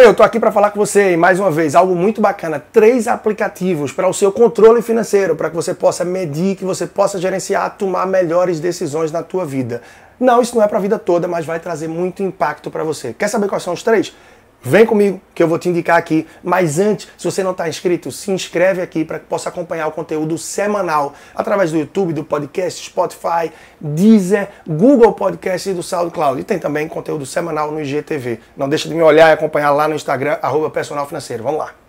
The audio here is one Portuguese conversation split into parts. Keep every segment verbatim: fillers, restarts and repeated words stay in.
eu tô aqui para falar com você e mais uma vez, algo muito bacana, três aplicativos para o seu controle financeiro, para que você possa medir, que você possa gerenciar, tomar melhores decisões na tua vida. Não, isso não é para a vida toda, mas vai trazer muito impacto para você. Quer saber quais são os três? Vem comigo que eu vou te indicar aqui. Mas antes, se você não está inscrito, se inscreve aqui para que possa acompanhar o conteúdo semanal através do YouTube, do podcast, Spotify, Deezer, Google Podcast e do SoundCloud. E tem também conteúdo semanal no I G T V. Não deixa de me olhar e acompanhar lá no Instagram, arroba Personal Financeiro. Vamos lá.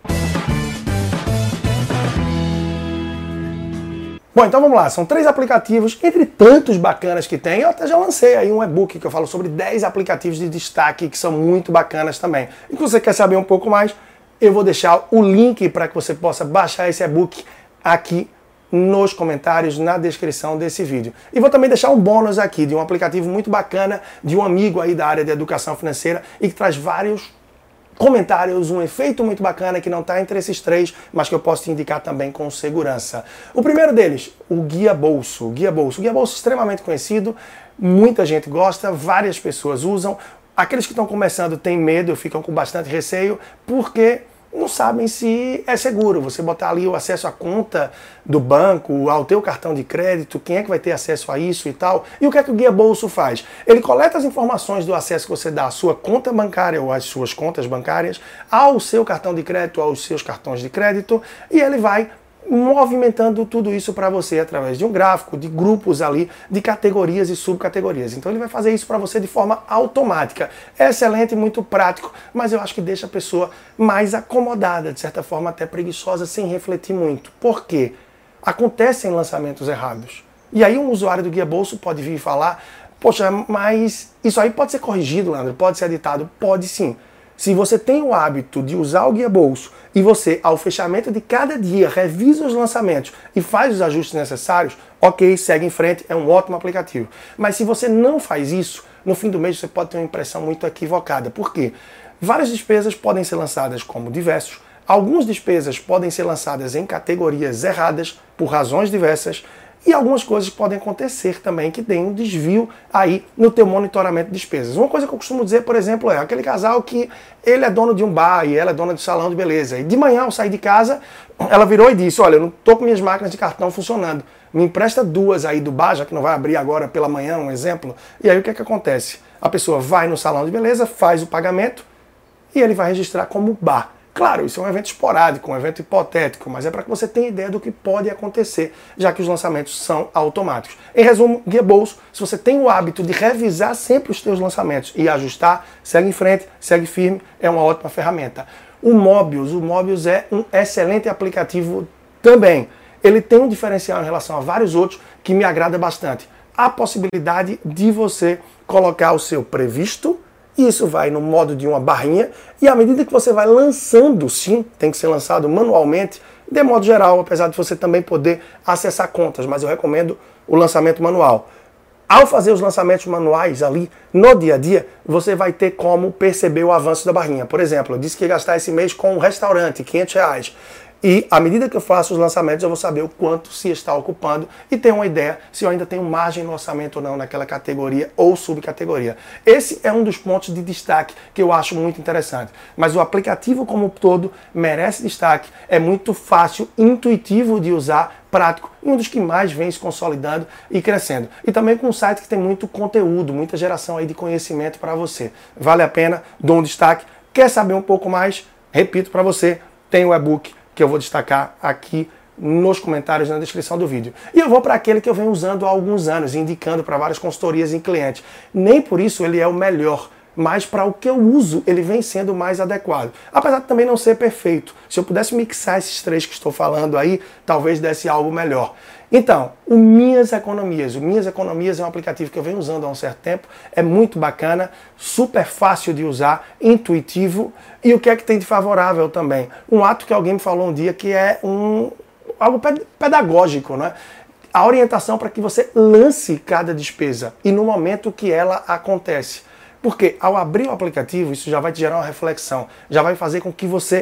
Bom, então vamos lá, são três aplicativos, entre tantos bacanas que tem, eu até já lancei aí um e-book que eu falo sobre dez aplicativos de destaque que são muito bacanas também. E se você quer saber um pouco mais, eu vou deixar o link para que você possa baixar esse e-book aqui nos comentários, na descrição desse vídeo. E vou também deixar um bônus aqui de um aplicativo muito bacana, de um amigo aí da área de educação financeira e que traz vários comentários, um efeito muito bacana que não está entre esses três, mas que eu posso te indicar também com segurança. O primeiro deles, o Guia Bolso. O Guia Bolso. O Guia Bolso é extremamente conhecido, muita gente gosta, várias pessoas usam. Aqueles que estão começando têm medo, ficam com bastante receio, porque não sabem se é seguro. Você botar ali o acesso à conta do banco, ao teu cartão de crédito, quem é que vai ter acesso a isso e tal. E o que é que o Guia Bolso faz? Ele coleta as informações do acesso que você dá à sua conta bancária ou às suas contas bancárias, ao seu cartão de crédito, aos seus cartões de crédito, e ele vai movimentando tudo isso para você através de um gráfico, de grupos ali, de categorias e subcategorias. Então ele vai fazer isso para você de forma automática. É excelente, muito prático, mas eu acho que deixa a pessoa mais acomodada, de certa forma até preguiçosa, sem refletir muito. Por quê? Acontecem lançamentos errados. E aí um usuário do Guia Bolso pode vir e falar, poxa, mas isso aí pode ser corrigido, Leandro, pode ser editado? Pode sim. Se você tem o hábito de usar o Guia Bolso e você, ao fechamento de cada dia, revisa os lançamentos e faz os ajustes necessários, ok, segue em frente, é um ótimo aplicativo. Mas se você não faz isso, no fim do mês você pode ter uma impressão muito equivocada. Por quê? Várias despesas podem ser lançadas como diversos, algumas despesas podem ser lançadas em categorias erradas, por razões diversas, e algumas coisas podem acontecer também que tem um desvio aí no teu monitoramento de despesas. Uma coisa que eu costumo dizer, por exemplo, é aquele casal que ele é dono de um bar e ela é dona de salão de beleza. E de manhã, ao sair de casa, ela virou e disse, olha, eu não estou com minhas máquinas de cartão funcionando. Me empresta duas aí do bar, já que não vai abrir agora pela manhã, um exemplo. E aí o que é que acontece? A pessoa vai no salão de beleza, faz o pagamento e ele vai registrar como bar. Claro, isso é um evento esporádico, um evento hipotético, mas é para que você tenha ideia do que pode acontecer, já que os lançamentos são automáticos. Em resumo, Guia Bolso, se você tem o hábito de revisar sempre os teus lançamentos e ajustar, segue em frente, segue firme, é uma ótima ferramenta. O Mobius, o Mobius é um excelente aplicativo também. Ele tem um diferencial em relação a vários outros que me agrada bastante. A possibilidade de você colocar o seu previsto, isso vai no modo de uma barrinha, e à medida que você vai lançando, sim, tem que ser lançado manualmente, de modo geral, apesar de você também poder acessar contas, mas eu recomendo o lançamento manual. Ao fazer os lançamentos manuais ali, no dia a dia, você vai ter como perceber o avanço da barrinha. Por exemplo, eu disse que ia gastar esse mês com um restaurante, quinhentos reais. E à medida que eu faço os lançamentos, eu vou saber o quanto se está ocupando e ter uma ideia se eu ainda tenho margem no orçamento ou não naquela categoria ou subcategoria. Esse é um dos pontos de destaque que eu acho muito interessante. Mas o aplicativo como um todo merece destaque, é muito fácil, intuitivo de usar, prático e um dos que mais vem se consolidando e crescendo. E também com um site que tem muito conteúdo, muita geração aí de conhecimento para você. Vale a pena, dou um destaque. Quer saber um pouco mais? Repito para você, tem o e-book que eu vou destacar aqui nos comentários na descrição do vídeo. E eu vou para aquele que eu venho usando há alguns anos, indicando para várias consultorias e clientes. Nem por isso ele é o melhor, mas para o que eu uso, ele vem sendo mais adequado. Apesar de também não ser perfeito. Se eu pudesse mixar esses três que estou falando aí, talvez desse algo melhor. Então, o Minhas Economias. O Minhas Economias é um aplicativo que eu venho usando há um certo tempo. É muito bacana, super fácil de usar, intuitivo. E o que é que tem de favorável também? Um ato que alguém me falou um dia que é um, algo pedagógico, né? A orientação para que você lance cada despesa e no momento que ela acontece. Porque ao abrir o aplicativo, isso já vai te gerar uma reflexão, já vai fazer com que você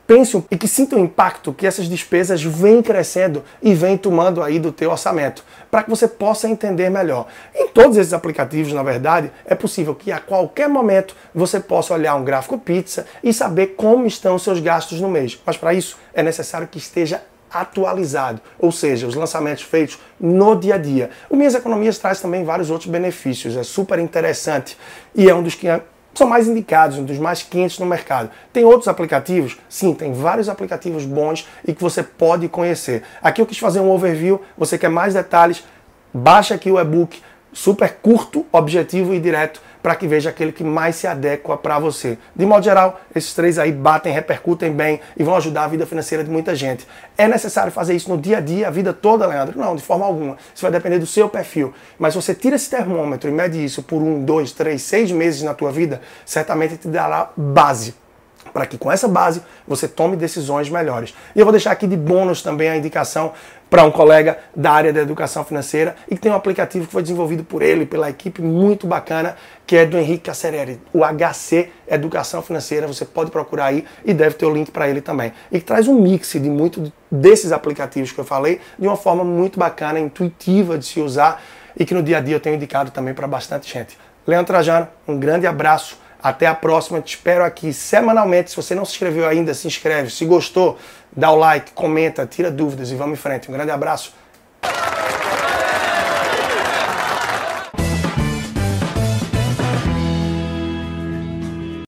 pense e que sinta o impacto que essas despesas vêm crescendo e vêm tomando aí do teu orçamento, para que você possa entender melhor. Em todos esses aplicativos, na verdade, é possível que a qualquer momento você possa olhar um gráfico pizza e saber como estão os seus gastos no mês. Mas para isso é necessário que esteja atualizado, ou seja, os lançamentos feitos no dia a dia. O Minhas Economias traz também vários outros benefícios, é super interessante e é um dos que são mais indicados, um dos mais quentes no mercado. Tem outros aplicativos? Sim, tem vários aplicativos bons e que você pode conhecer. Aqui eu quis fazer um overview, você quer mais detalhes, baixa aqui o e-book, super curto, objetivo e direto, para que veja aquele que mais se adequa para você. De modo geral, esses três aí batem, repercutem bem e vão ajudar a vida financeira de muita gente. É necessário fazer isso no dia a dia, a vida toda, Leandro? Não, de forma alguma. Isso vai depender do seu perfil. Mas se você tira esse termômetro e mede isso por um, dois, três, seis meses na tua vida, certamente te dará base, para que com essa base você tome decisões melhores. E eu vou deixar aqui de bônus também a indicação para um colega da área da educação financeira e que tem um aplicativo que foi desenvolvido por ele, pela equipe muito bacana, que é do Henrique Cacereri, o H C Educação Financeira. Você pode procurar aí e deve ter o link para ele também. E que traz um mix de muitos desses aplicativos que eu falei de uma forma muito bacana, intuitiva de se usar e que no dia a dia eu tenho indicado também para bastante gente. Leandro Trajano, um grande abraço. Até a próxima, te espero aqui semanalmente. Se você não se inscreveu ainda, se inscreve. Se gostou, dá o like, comenta, tira dúvidas e vamos em frente. Um grande abraço.